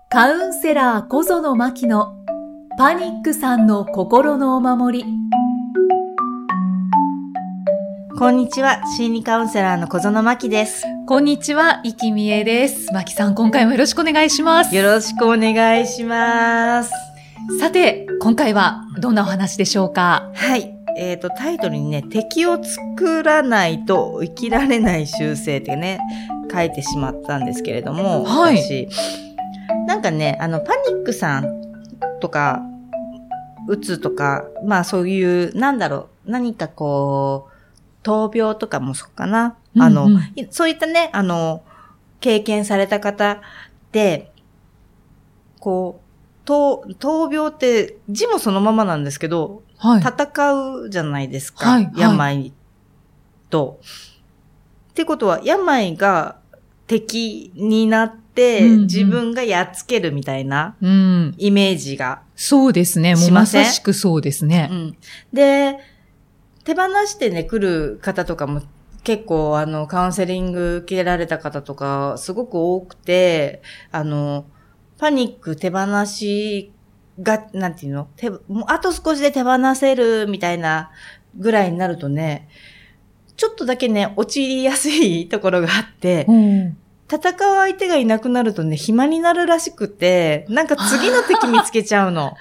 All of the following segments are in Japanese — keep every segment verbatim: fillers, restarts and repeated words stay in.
カウンセラー小園真希のパニックさんの心のお守り。 こんにちは、心理カウンセラーの小園真希です。 こんにちは、生きみえです。真希さん、今回もよろしくお願いします。 よろしくお願いします。 さて、今回はどんなお話でしょうか？ はい。えっと、タイトルにね、敵を作らないと生きられない習性ってね、書いてしまったんですけれども、 はい、 私、なんかね、あの、パニックさんとか、うつとか、まあそういう、なんだろう、何かこう、闘病とかもそうかな。 うんうん、 あの、そういったね、あの、経験された方って、こう、闘、闘病って字もそのままなんですけど、はい、戦うじゃないですか。はい、病と。ってことは、病が敵になって、うんうん、自分がやっつけるみたいなイメージが、 うん、そうですね。もうまさしくそうですね。 うん、で、手放してね、来る方とかも結構あの、カウンセリング受けられた方とかすごく多くて、あの、パニック手放しが、なんていうの手、もうあと少しで手放せるみたいなぐらいになるとね、ちょっとだけね、陥りやすいところがあって、うん、戦う相手がいなくなるとね、暇になるらしくて、なんか次の敵見つけちゃうの。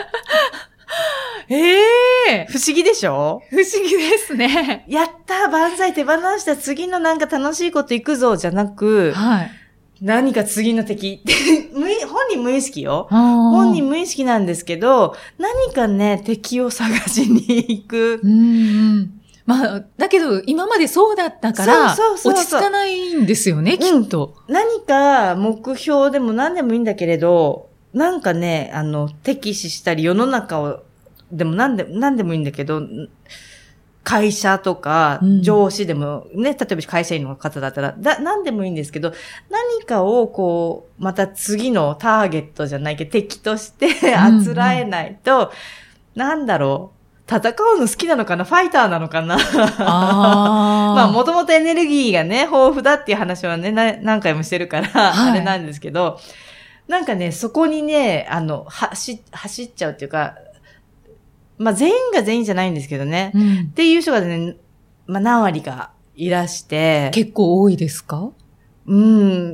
ええー、 不思議でしょ？ 不思議ですね。 やった万歳手放した次のなんか楽しいこと行くぞじゃなく、はい、何か次の敵って本人無意識よ。本人無意識なんですけど、何かね、敵を探しに行く。 うんうん、まあ、だけど今までそうだったから、そうそうそうそう、落ち着かないんですよね、きっと、 うん。何か目標でも何でもいいんだけれど、なんかね、あの、敵視したり世の中をでも何で、何でもいいんだけど、会社とか、上司でもね、うん、例えば会社員の方だったら、だ、何でもいいんですけど、何かをこう、また次のターゲットじゃないけど、敵としてあつらえないと、うんうん、なんだろう、戦うの好きなのかな、ファイターなのかな。あまあ、もともとエネルギーがね、豊富だっていう話はね、な何回もしてるから、はい、あれなんですけど、なんかね、そこにね、あの、走、走っちゃうっていうか、まあ、全員が全員じゃないんですけどね。うん、っていう人がね、まあ、何割かいらして。 結構多いですか？ うん。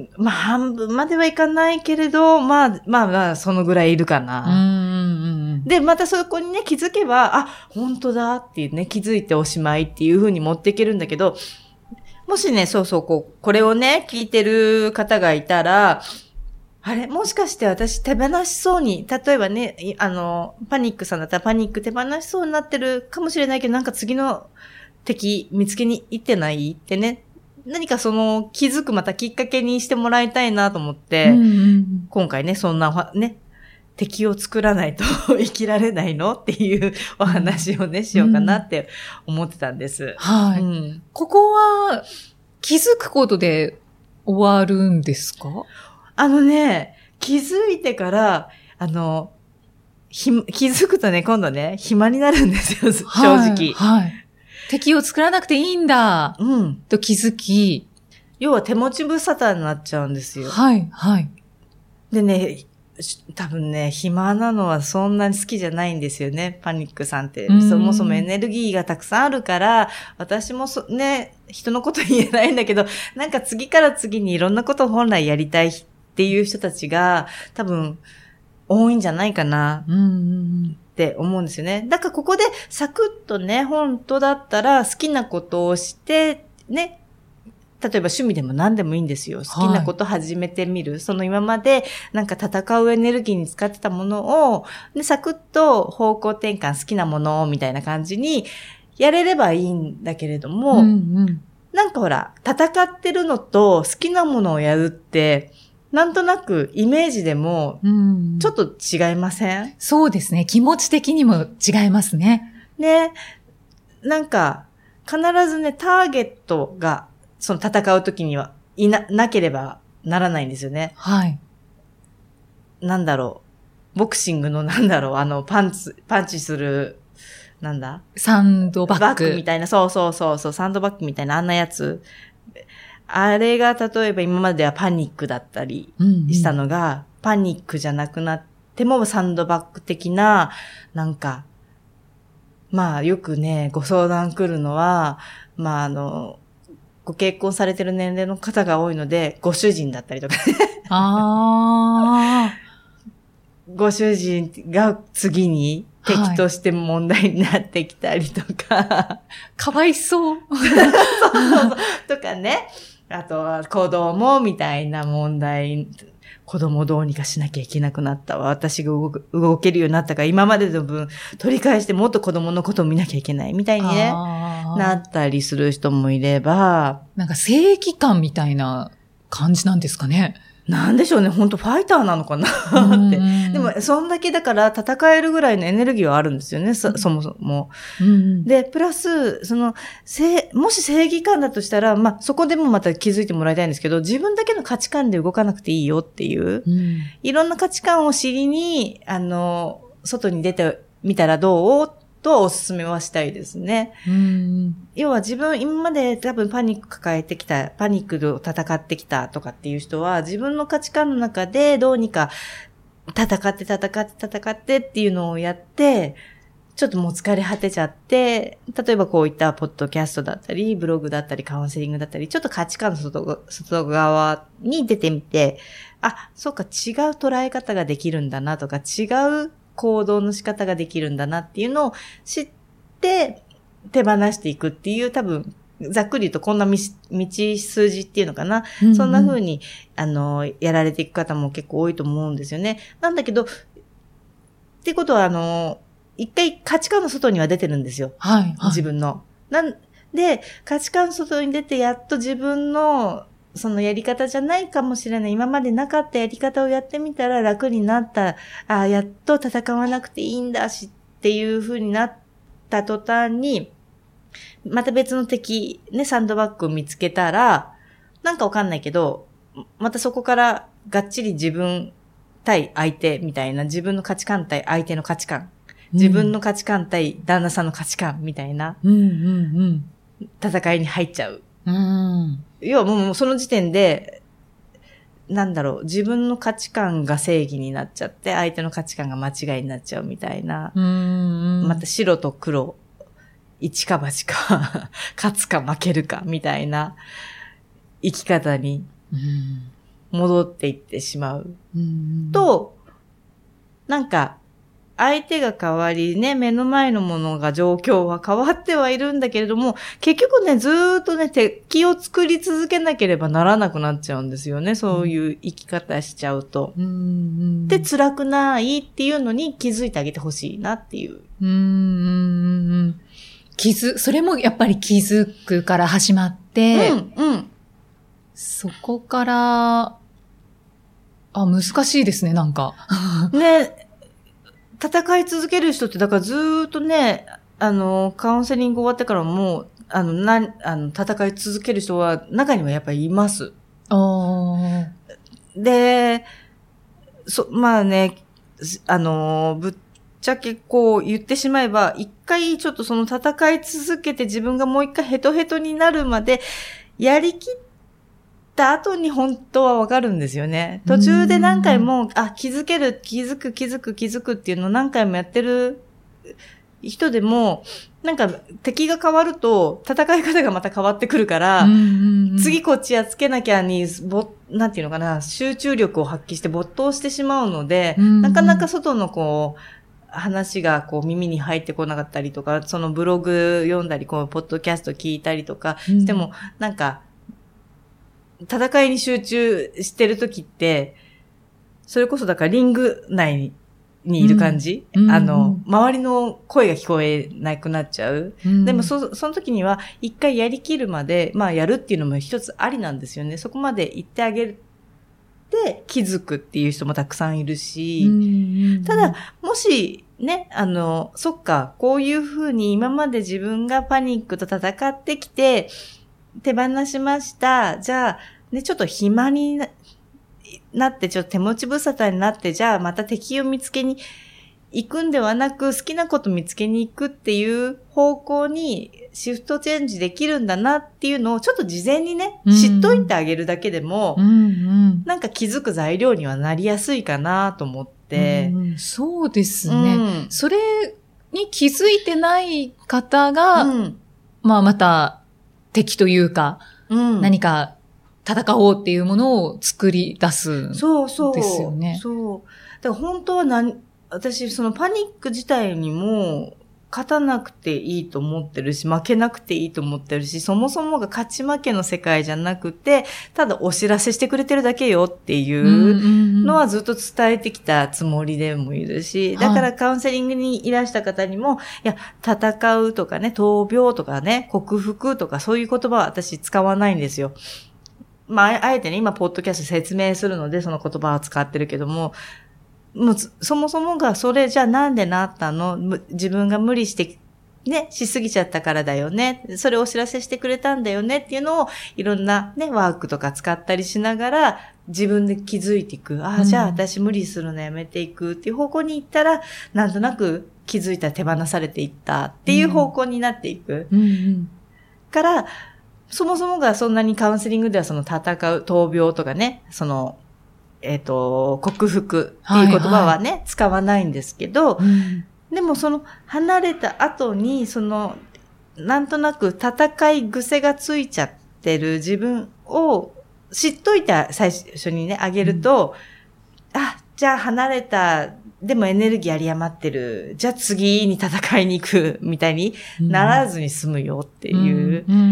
まあ、半分まではいかないけれど、まあ、まあまあ、そのぐらいいるかな。うんうんうん、で、またそこにね、気づけば、あ、本当だっていうね、気づいておしまいっていう風に持っていけるんだけど、もしね、そうそう、こう、これをね、聞いてる方がいたら、あれもしかして私手放しそうに、例えばね、あの、パニックさんだったらパニック手放しそうになってるかもしれないけど、なんか次の敵見つけに行ってないってね、何かその気づくまたきっかけにしてもらいたいなと思って、うんうん、今回ね、そんなね、敵を作らないと生きられないのっていうお話をね、しようかなって思ってたんです。 はい、うん。ここは気づくことで終わるんですか？ あのね、気づいてから、あの、ひ、気づくとね、今度ね、暇になるんですよ、正直。 はい。はい、敵を作らなくていいんだ。うん。と気づき。 要は手持ち無沙汰になっちゃうんですよ。 はい、はい。 でね、多分ね、暇なのはそんなに好きじゃないんですよね、パニックさんって。そもそもエネルギーがたくさんあるから、私もそね、人のこと言えないんだけど、なんか次から次にいろんなことを本来やりたいっていう人たちが多分多いんじゃないかなって思うんですよね。だからここでサクッとね、本当だったら好きなことをしてね、例えば趣味でも何でもいいんですよ。好きなこと始めてみる。はい、その今までなんか戦うエネルギーに使ってたものを、でサクッと方向転換好きなものみたいな感じにやれればいいんだけれども、うんうん、なんかほら、戦ってるのと好きなものをやるって、なんとなくイメージでもちょっと違いません？ うん、そうですね。気持ち的にも違いますね。 ね。なんか必ずね、ターゲットがその戦うときにはいな、なければならないんですよね。はい。なんだろう。ボクシングのなんだろう。あの、パンツ、パンチする、なんだサンドバッグ。 バッグみたいな、そうそうそうそう、サンドバッグみたいなあんなやつ。あれが例えば今まではパニックだったりしたのが、うんうん、 パニックじゃなくなってもサンドバッグ的な、なんか、まあよくね、ご相談来るのは、まああの、ご結婚されてる年齢の方が多いので、ご主人だったりとかね。 ああ。 ご主人が次に敵として問題になってきたりとか。 はい、かわいそう。 そうそうそうとかね。あとは子供みたいな問題。子供どうにかしなきゃいけなくなったわ。私が動く、動けるようになったから、今までの分取り返してもっと子供のことを見なきゃいけないみたいにね、なったりする人もいれば。 なんか正義感みたいな感じなんですかね。 なんでしょうね。本当ファイターなのかなって。でも、そんだけだから戦えるぐらいのエネルギーはあるんですよね。そ, そもそも、うん。で、プラス、その、もし正義感だとしたら、まあ、そこでもまた気づいてもらいたいんですけど、自分だけの価値観で動かなくていいよっていう、うん、いろんな価値観を知りに、あの、外に出てみたらどうとお勧めはしたいですね。うん、要は自分、今まで多分パニック抱えてきた、パニックと戦ってきたとかっていう人は、自分の価値観の中でどうにか戦って戦って戦ってっていうのをやって、ちょっともう疲れ果てちゃって、例えばこういったポッドキャストだったり、ブログだったり、カウンセリングだったり、ちょっと価値観の 外, 外側に出てみて、あ、そうか、違う捉え方ができるんだなとか、違う行動の仕方ができるんだなっていうのを知って手放していくっていう、多分ざっくり言うとこんな道筋っていうのかな、うんうん、そんな風にあのやられていく方も結構多いと思うんですよね。なんだけどってことはあの一回価値観の外には出てるんですよ。はい、はい、自分のなんで価値観の外に出てやっと自分のそのやり方じゃないかもしれない。今までなかったやり方をやってみたら楽になった。ああ、やっと戦わなくていいんだしっていう風になった途端に、また別の敵、ね、サンドバッグを見つけたら、なんかわかんないけど、またそこからがっちり自分対相手みたいな、自分の価値観対相手の価値観、自分の価値観対旦那さんの価値観みたいな、うんうんうん、戦いに入っちゃう。うん要はもうその時点で、なんだろう、自分の価値観が正義になっちゃって、相手の価値観が間違いになっちゃうみたいな。うんまた白と黒、一か八か、勝つか負けるかみたいな生き方に戻っていってしまう。うんと、なんか、相手が変わりね、目の前のものが状況は変わってはいるんだけれども、結局ね、ずーっとね、敵を作り続けなければならなくなっちゃうんですよね。そういう生き方しちゃうと。うん、で、辛くないっていうのに気づいてあげてほしいなっていう。うーん気づ、それもやっぱり気づくから始まって、うんうん、そこから、あ、難しいですね、なんか。 ね、戦い続ける人って、だからずーっとね、あの、カウンセリング終わってからも、あの、な、あの、戦い続ける人は、中にはやっぱりいます。あで、そ、まあね、あの、ぶっちゃけこう言ってしまえば、一回ちょっとその戦い続けて自分がもう一回ヘトヘトになるまで、やりきった後に本当はわかるんですよね。途中で何回も、あ、気づける、気づく、気づく、気づくっていうのを何回もやってる人でも、なんか敵が変わると戦い方がまた変わってくるから、うんうんうん、次こっちやっつけなきゃに、ぼ、なんていうのかな、集中力を発揮して没頭してしまうので、うんうん、なかなか外のこう、話がこう耳に入ってこなかったりとか、そのブログ読んだり、こう、ポッドキャスト聞いたりとかしても、うん、なんか、戦いに集中してるときって、それこそだからリング内にいる感じ、うん、あの、周りの声が聞こえなくなっちゃう。うん、でもそ、その時には一回やりきるまで、まあやるっていうのも一つありなんですよね。そこまで言ってあげるって気づくっていう人もたくさんいるし、うん、ただ、もしね、あの、そっか、こういうふうに今まで自分がパニックと戦ってきて、手放しました。じゃあ、ね、ちょっと暇になって、ちょっと手持ち無沙汰になって、じゃあまた敵を見つけに行くんではなく、好きなこと見つけに行くっていう方向にシフトチェンジできるんだなっていうのをちょっと事前にね、知っといてあげるだけでも、うんうん、なんか気づく材料にはなりやすいかなと思って。 うん、そうですね、うん。それに気づいてない方が、うん、まあまた敵というか、うん、何か戦おうっていうものを作り出すんですよね。そうそう。 そう。だから本当は何、私、そのパニック自体にも勝たなくていいと思ってるし、負けなくていいと思ってるし、そもそもが勝ち負けの世界じゃなくて、ただお知らせしてくれてるだけよっていうのはずっと伝えてきたつもりでもいるし、だからカウンセリングにいらした方にも、いや、戦うとかね、闘病とかね、克服とかそういう言葉は私使わないんですよ。まあ、あえてね、今、ポッドキャスト説明するので、その言葉は使ってるけども、もう、そもそもが、それじゃあなんでなったの？自分が無理して、ね、しすぎちゃったからだよね。それをお知らせしてくれたんだよねっていうのを、いろんなね、ワークとか使ったりしながら、自分で気づいていく。ああ、じゃあ私無理するのやめていくっていう方向に行ったら、なんとなく気づいたら手放されていったっていう方向になっていく。うんうんうん、から、そもそもがそんなにカウンセリングではその戦う、闘病とかね、その、えっと、克服っていう言葉はね、はいはい、使わないんですけど、うん、でもその離れた後に、その、なんとなく戦い癖がついちゃってる自分を知っといて最初にね、あげると、うん、あ、じゃあ離れた、でもエネルギー有り余ってる。じゃあ次に戦いに行くみたいにならずに済むよっていう。うんうんうん、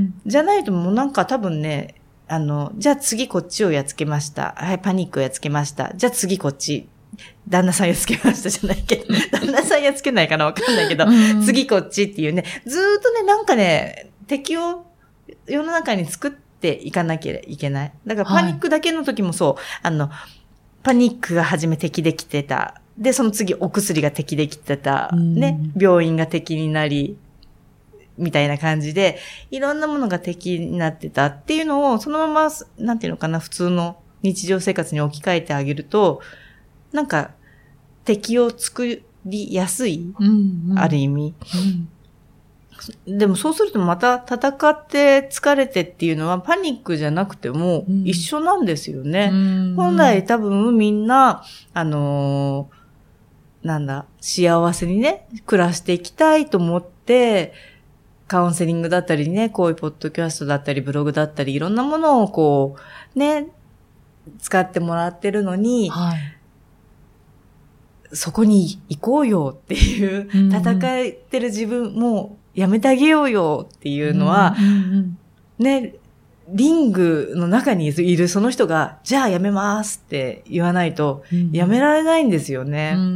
じゃないともうなんか多分ね、あの、じゃあ次こっちをやっつけました。はい、パニックをやっつけました。じゃあ次こっち。旦那さんやっつけましたじゃないけど、旦那さんやっつけないかなわかんないけど、うん、次こっちっていうね、ずーっとね、なんかね、敵を世の中に作っていかなきゃいけない。だからパニックだけの時もそう、はい、あの、パニックが初め敵できてた。で、その次お薬が敵できてた。うん、ね、病院が敵になり、みたいな感じで、いろんなものが敵になってたっていうのを、そのまま、なんていうのかな、普通の日常生活に置き換えてあげると、なんか、敵を作りやすい、うんうん、ある意味、うん。でもそうするとまた戦って疲れてっていうのはパニックじゃなくても一緒なんですよね。うん、本来多分みんな、あのー、なんだ、幸せにね、暮らしていきたいと思って、カウンセリングだったりね、こういうポッドキャストだったり、ブログだったり、いろんなものをこう、ね、使ってもらってるのに、はい、そこに行こうよっていう、うんうん、戦ってる自分もやめてあげようよっていうのは、うんうんうん、ね、リングの中にいるその人が、じゃあやめますって言わないと、やめられないんですよね。うんうんうん、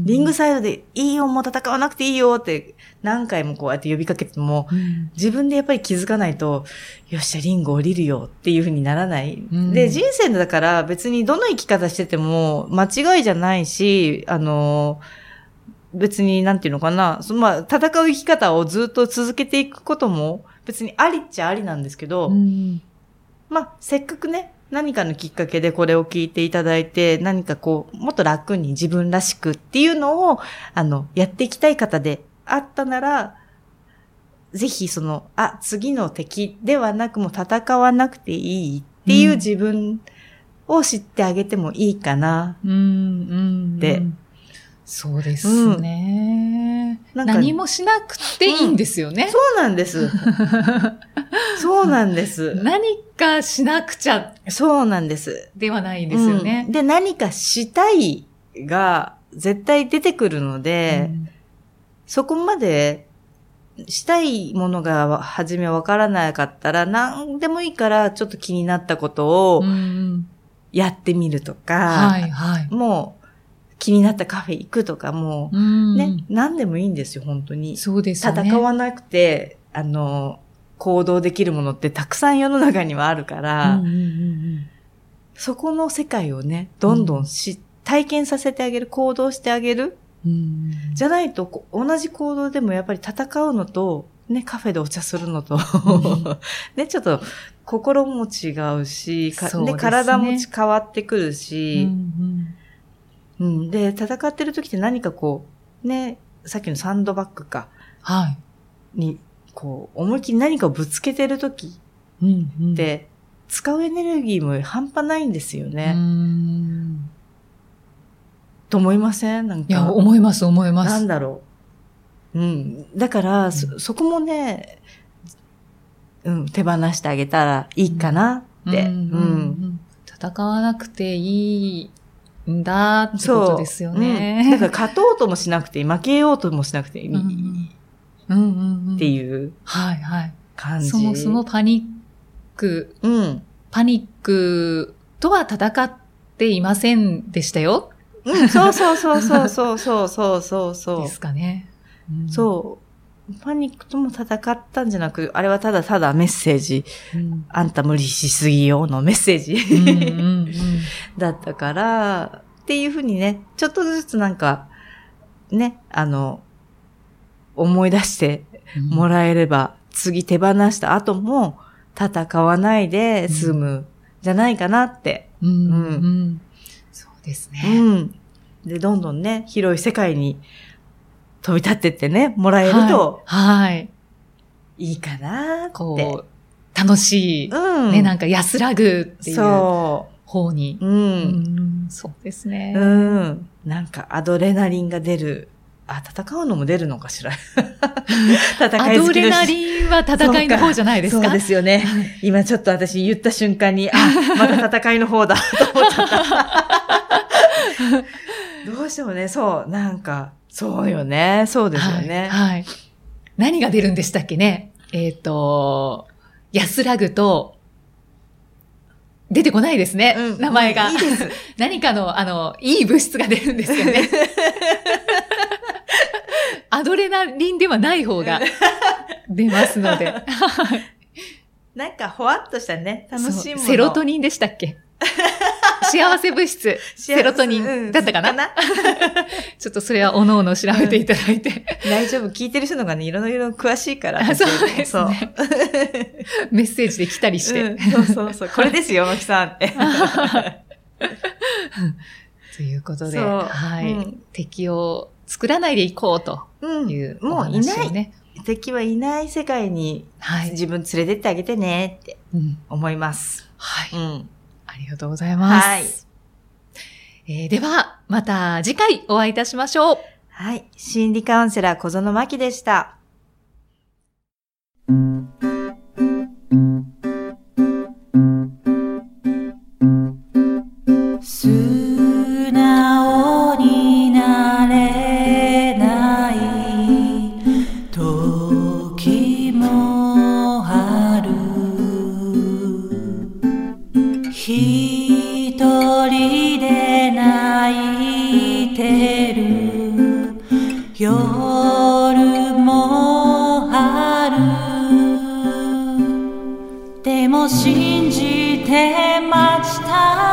リングサイドで、いいよ、もう戦わなくていいよって何回もこうやって呼びかけても、うん、自分でやっぱり気づかないと、よっしゃ、リング降りるよっていう風にならない。うん、で、人生だから別にどの生き方してても間違いじゃないし、あの、別になんていうのかな、そのまあ、戦う生き方をずっと続けていくことも、別にありっちゃありなんですけど、うん、まあ、せっかくね、何かのきっかけでこれを聞いていただいて、何かこう、もっと楽に自分らしくっていうのを、あの、やっていきたい方であったなら、ぜひその、あ、次の敵ではなくも戦わなくていいっていう自分を知ってあげてもいいかなって、うんうんうん、 そうですね、うん、なんか何もしなくていいんですよね。うん、 そうなんです。そうなんです。 何かしなくちゃ。 そうなんです。 ではないんですよね。 うん、で、何かしたいが絶対出てくるので、うん、そこまでしたいものが初めわからなかったら何でもいいからちょっと気になったことをやってみるとか、うんはいはい、もう気になったカフェ行くとかもう、うんね、何でもいいんですよ、本当に。 そうですね。 戦わなくて、あの、行動できるものってたくさん世の中にはあるから、うんうんうんうん、そこの世界をね、どんどんし、うん、体験させてあげる、行動してあげる、うん、じゃないと、同じ行動でもやっぱり戦うのと、ね、カフェでお茶するのと、うん、ね、ちょっと心も違うし、ねね、体も変わってくるし、うんうんうん。で、戦ってる時って何かこう、ね、さっきのサンドバッグか。 はい。 に、こう、思いっきり何かをぶつけてる時って、うんうん、使うエネルギーも半端ないんですよね。うーんと思いません？なんか。 いや、思います、思います。 なんだろう。うん。だから、うん、そ、そこもね、うん、手放してあげたらいいかなって。うん。うんうん、 戦わなくていいんだってことですよね。 うん、だから勝とうともしなくていい。負けようともしなくていい。うんうんうんうん、っていう。はいはい。感じ。 そもそもパニック。うん。パニックとは戦っていませんでしたよ。 うん、そうそうそうそうそうそうそうそう。 ですかね、 うん。そう。パニックとも戦ったんじゃなく、あれはただただメッセージ。うん、あんた無理しすぎよのメッセージ。うんうんうん、だったから、っていうふうにね、ちょっとずつなんか、ね、あの、思い出してもらえれば、うん、次手放した後も戦わないで済むじゃないかなって。うん。うんうんですね。 うん。で、どんどんね、広い世界に飛び立ってってね、もらえると、はい。はい、いいかなって。こう、楽しい。うん。ね、なんか安らぐっていう方に。そう。うん。うん、そうですね。 うん。なんかアドレナリンが出る。あ、戦うのも出るのかしら。 戦い好きのアドレナリンは戦いの方じゃないですか。 そうですよね。今ちょっと私言った瞬間に、あ、また戦いの方だと思っちゃった。どうしてもね、そう、なんか、そうよね。そうですよね。 はい。はい、何が出るんでしたっけね。えっと、安らぐと、出てこないですね。うん、名前が。いいです。何かの、あの、いい物質が出るんですよね。アドレナリンではない方が出ますので。 なんか、ほわっとしたね、楽しいもの。 セロトニンでしたっけ？幸せ物質、セロトニンだったかな、うん、かなちょっとそれはおのおの調べていただいて、 うん。大丈夫。聞いてる人のがね、いろいろ詳しいから。 そうですね。メッセージで来たりして。 うん、そうそうそう。これですよ、マキさんって。 ということで、はい、うん。敵を作らないでいこうというお話をね。もういない。 敵はいない世界に自分連れてってあげてねって思います。 はい。うんありがとうございます。はい。えー、では、また次回お会いいたしましょう。 はい。心理カウンセラー小園真希でした。素直になれない時もある。一人で泣いてる夜もある。でも信じて待ちた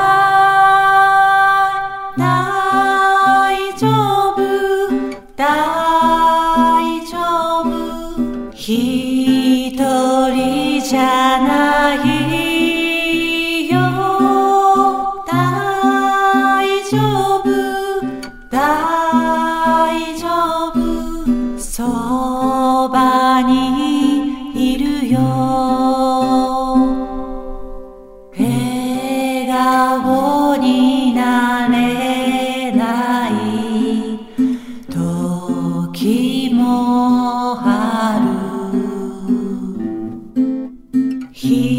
い。大丈夫大丈夫一人じゃないそばにいるよ。笑顔になれない時もある。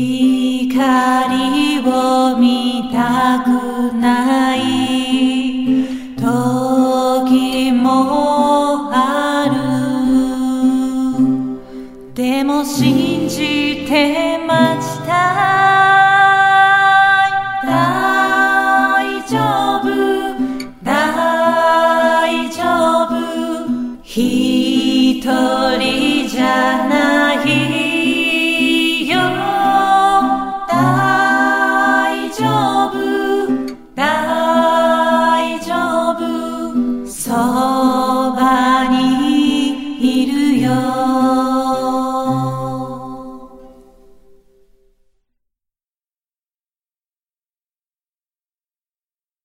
光を見たくない時もある。でも信じて待ちたい。大丈夫大丈夫一人じゃ